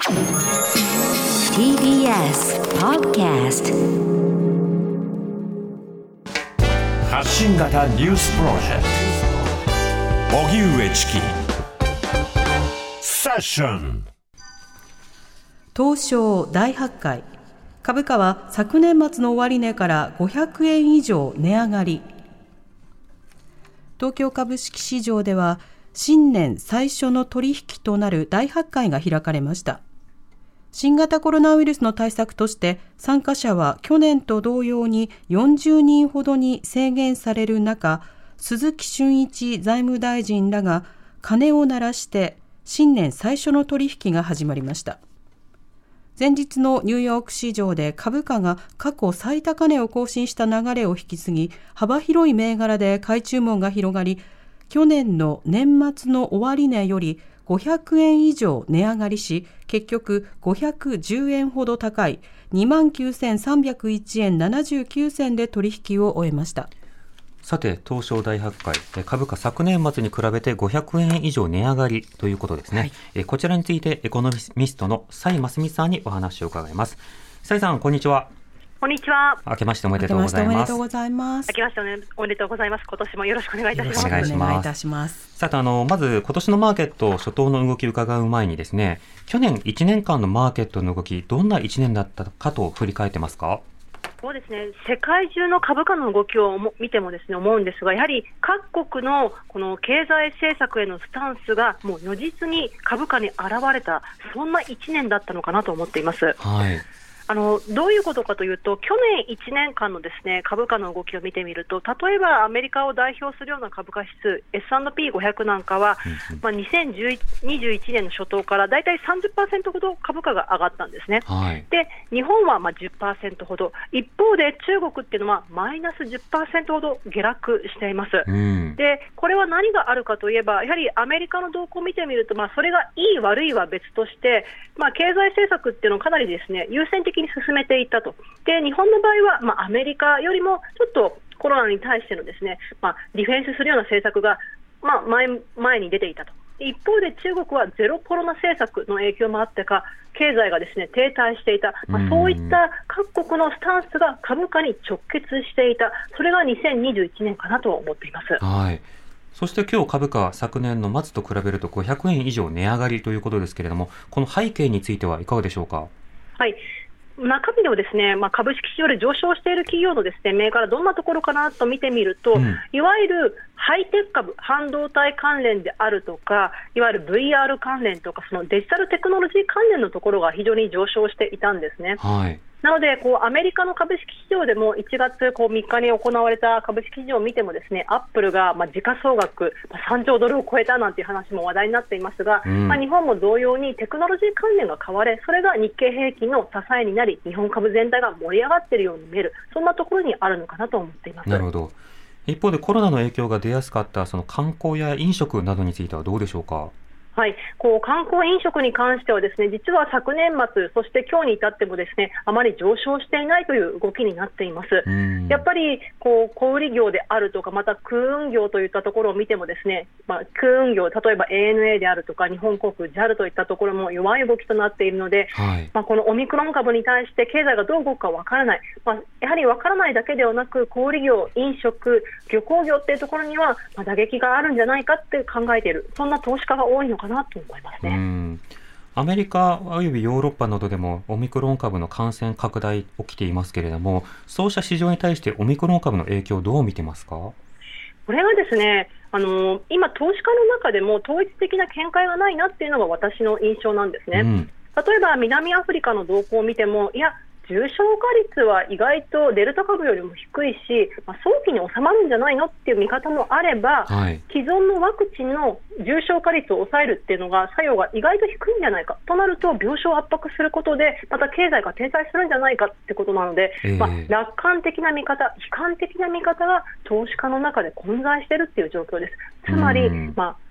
TBS Podcast 発信型ニュースプロジェクト荻上チキセッション。 東証大発会、株価は昨年末の終値から500円以上値上がり。東京株式市場では新年最初の取引となる大発会が開かれました。新型コロナウイルスの対策として参加者は去年と同様に40人ほどに制限される中、鈴木俊一財務大臣らが鐘を鳴らして新年最初の取引が始まりました。前日のニューヨーク市場で株価が過去最高値を更新した流れを引き継ぎ、幅広い銘柄で買い注文が広がり、去年の年末の終値より500円以上値上がりし、結局510円ほど高い 29,301 円79銭で取引を終えました。 さて、東証大発会、株価昨年末に比べて500円以上値上がりということですね。はい、こちらについてエコノミストの蔡真澄さんにお話を伺います。蔡さん、こんにちは。 こんにちは。 明けましておめでとうございます。 明けましておめでとうございます。今年もよろしくお願いいたします。 お願いいたします。さて、まず今年のマーケット初頭の動きを伺う前にですね、去年1年間のマーケットの動き、どんな1年だったかと振り返ってますか？ そうですね、世界中の株価の動きを見てもですね、思うんですが、やはり各国のこの経済政策へのスタンスがもう如実に株価に現れた、そんな1年だったのかなと思っています。 はい。 どういうことかというと、去年1年間のですね、株価の動きを見てみると、例えばアメリカを代表するような株価指数 S&P500 なんかは、2021年の初頭からだいたい 30% ほど株価が上がったんですね。 はい、 で、日本は10% ほど、一方で中国っていうのはマイナス 10% ほど下落しています。で、これは何があるかといえば、やはりアメリカの動向を見てみると、それがいい悪いは別として、経済政策っていうのをかなりですね、優先的に進めていったと。で、日本の場合は、アメリカよりもちょっとコロナに対してのですね、ディフェンスするような政策が、前に出ていたと。一方で中国はゼロコロナ政策の影響もあってか、経済がですね停滞していた、そういった各国のスタンスが株価に直結していた、それが2021年かなと思っています。 はい。そして今日株価、昨年の末と比べると500円以上値上がりということですけれども、この背景についてはいかがでしょうか？ はい、中身ではですね、株式市場で上昇している企業のですね、銘柄どんなところかなと見てみると、いわゆるハイテク株、半導体関連であるとか、いわゆる VR 関連とか、そのデジタルテクノロジー関連のところが非常に上昇していたんですね。 はい。 なのでアメリカの株式市場でも1月3日に行われた株式市場を見てもですね、アップルが時価総額3兆ドルを超えたなんていう話も話題になっていますが、日本も同様にテクノロジー関連が買われ、それが日経平均の支えになり、日本株全体が盛り上がっているように見える、そんなところにあるのかなと思っています。 なるほど。一方でコロナの影響が出やすかったその観光や飲食などについてはどうでしょうか？ はい、観光飲食に関してはですね、実は昨年末、そして今日に至ってもですね、あまり上昇していないという動きになっています。やっぱり小売業であるとか、また空運業といったところを見てもですね、空運業、例えば ANA であるとか日本航空 JAL といったところも弱い動きとなっているので、このオミクロン株に対して経済がどう動くかわからない、やはりわからないだけではなく、小売業、飲食、漁港業っていうところには打撃があるんじゃないかって考えている、そんな投資家が多いのかなと思いますね。 アメリカおよびヨーロッパなどでもオミクロン株の感染拡大起きていますけれども、そうした市場に対してオミクロン株の影響をどう見てますか？ これがですね、今投資家の中でも統一的な見解がないなっていうのが私の印象なんですね。例えば南アフリカの動向を見ても、いや重症化率は意外とデルタ株よりも低いし、早期に収まるんじゃないのっていう見方もあれば、既存のワクチンの重症化率を抑えるっていうのが作用が意外と低いんじゃないかとなると、病床を圧迫することでまた経済が停滞するんじゃないかってことなので、楽観的な見方、悲観的な見方が投資家の中で混在しているっていう状況です。つまり、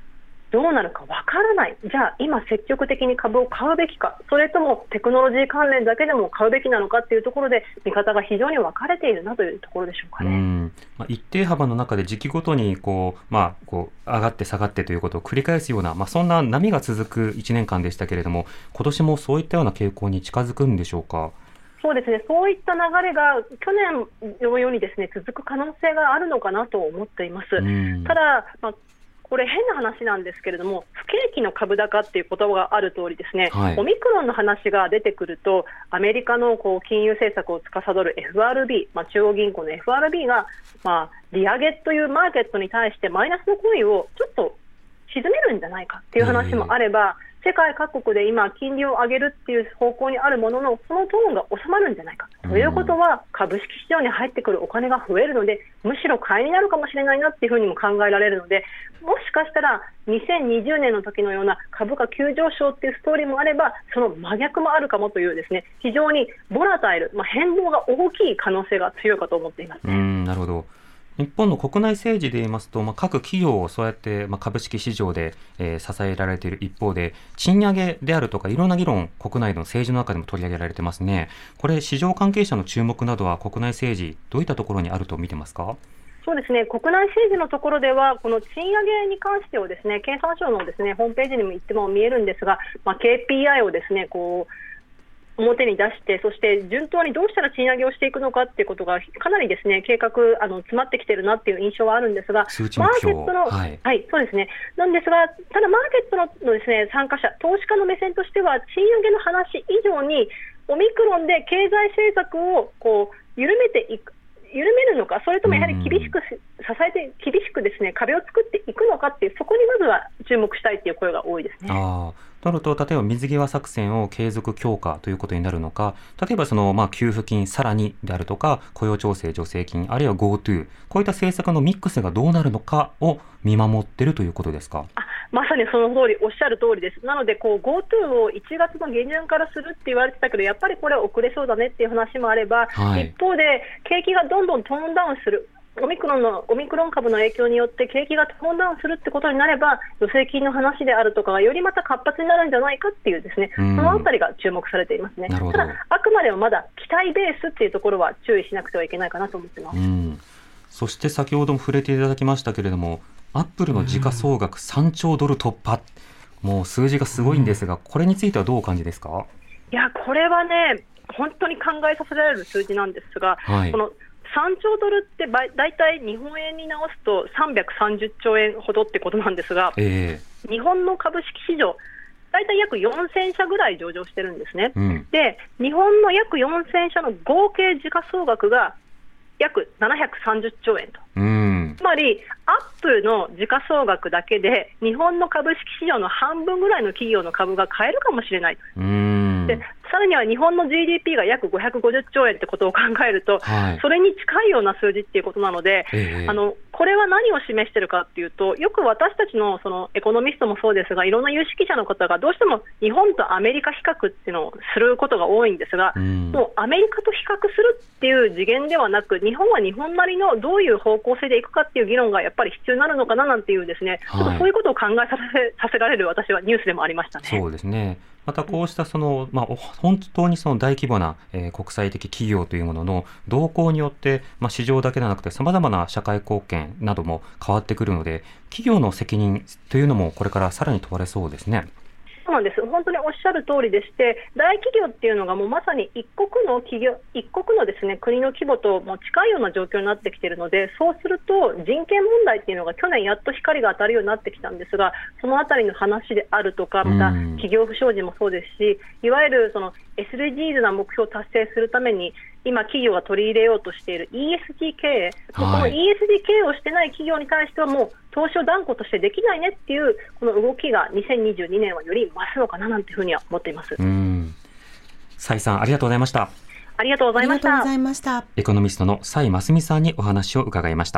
どうなるかわからない。じゃあ今積極的に株を買うべきか、それともテクノロジー関連だけでも買うべきなのかっていうところで見方が非常に分かれているなというところでしょうかね。 一定幅の中で時期ごとにこう上がって下がってということを繰り返すような、そんな波が続く1年間でしたけれども、今年もそういったような傾向に近づくんでしょうか。 そうですね、そういった流れが去年のようにですね、続く可能性があるのかなと思っています。ただ、これ変な話なんですけれども、不景気の株高っていう言葉がある通りですね、オミクロンの話が出てくると、アメリカの金融政策を司る FRB、中央銀行の FRB が、利上げというマーケットに対してマイナスの行為をちょっと沈めるんじゃないかっていう話もあれば、世界各国で今金利を上げるっていう方向にあるものの、そのトーンが収まるんじゃないかということは、株式市場に入ってくるお金が増えるので、むしろ買いになるかもしれないなっていうふうにも考えられるので、もしかしたら2020年の時のような株価急上昇っていうストーリーもあれば、その真逆もあるかもというですね、非常にボラタイル、変動が大きい可能性が強いかと思っています。 なるほど。日本の国内政治で言いますと、各企業をそうやって、株式市場で、支えられている一方で、賃上げであるとかいろんな議論、国内の政治の中でも取り上げられてますね。これ市場関係者の注目などは国内政治どういったところにあると見てますか。 そうですね、国内政治のところではこの賃上げに関してはですね、経産省のですねホームページにも行っても見えるんですが、KPI をですね表に出して、そして順当にどうしたら賃上げをしていくのかっていうことがかなりですね計画詰まってきてるなっていう印象はあるんですが、 数値目標、 マーケットの、そうですね、なんですが、ただマーケットのですね参加者、投資家の目線としては賃上げの話以上にオミクロンで経済政策を緩めるのか、それともやはり厳しく支えて厳しくですね壁を作っていくのかっていう、そこにまずは注目したいという声が多いですね。 となると、例えば水際作戦を継続強化ということになるのか、例えば給付金さらにであるとか、雇用調整助成金、あるいは GoTo、こういった政策のミックスがどうなるのかを見守っているということですか。 まさにその通り、おっしゃる通りです。なのでGoTo を1月の下旬からするって言われてたけど、やっぱりこれは遅れそうだねっていう話もあれば、一方で景気がどんどんトーンダウンする、オミクロン株の影響によって景気がトーンダウンするってことになれば、助成金の話であるとかがよりまた活発になるんじゃないかっていうですね、そのあたりが注目されていますね。ただあくまでもまだ期待ベースっていうところは注意しなくてはいけないかなと思ってます。 そして先ほども触れていただきましたけれども、アップルの時価総額3兆ドル突破、もう数字がすごいんですが、これについてはどうお感じですか。 いや、これはね本当に考えさせられる数字なんですが、この3兆ドルってだいたい日本円に直すと330兆円ほどってことなんですが、日本の株式市場だいたい約4000社ぐらい上場してるんですね。で、日本の約4000社の合計時価総額が約730兆円と、つまりアップルの時価総額だけで日本の株式市場の半分ぐらいの企業の株が買えるかもしれない。でさらには日本の GDP が約550兆円ってことを考えると、それに近いような数字っていうことなので、これは何を示しているかっていうと、よく私たちのそのエコノミストもそうですが、いろんな有識者の方がどうしても日本とアメリカ比較っていうのをすることが多いんですが、もうアメリカと比較するっていう次元ではなく、日本は日本なりのどういう方向性でいくかっていう議論がやっぱり必要になるのかななんていうですね、ちょっとそういうことを考えさせられる私はニュースでもありましたね。 そうですね。またこうした本当に大規模な、国際的企業というものの動向によって、市場だけではなくて様々な社会貢献なども変わってくるので、企業の責任というのもこれからさらに問われそうですね。 そうなんです。本当におっしゃる通りでして、大企業っていうのがもうまさに一国のですね、国の規模とも近いような状況になってきているので、そうすると人権問題っていうのが去年やっと光が当たるようになってきたんですが、そのあたりの話であるとか、また企業不祥事もそうですし、いわゆるその SDGs な目標を達成するために今企業が取り入れようとしている ESG 経営、この ESG 経営をしてない企業に対してはもう投資を断固としてできないねっていうこの動きが2022年はより増すのかななんていうふうには思っています。 蔡さん、ありがとうございました。 ありがとうございました。 エコノミストの蔡真澄さんにお話を伺いました。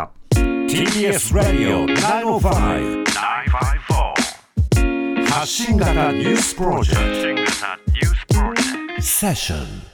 TBS Radio 905-954発信型ニュースプロジェクトセッション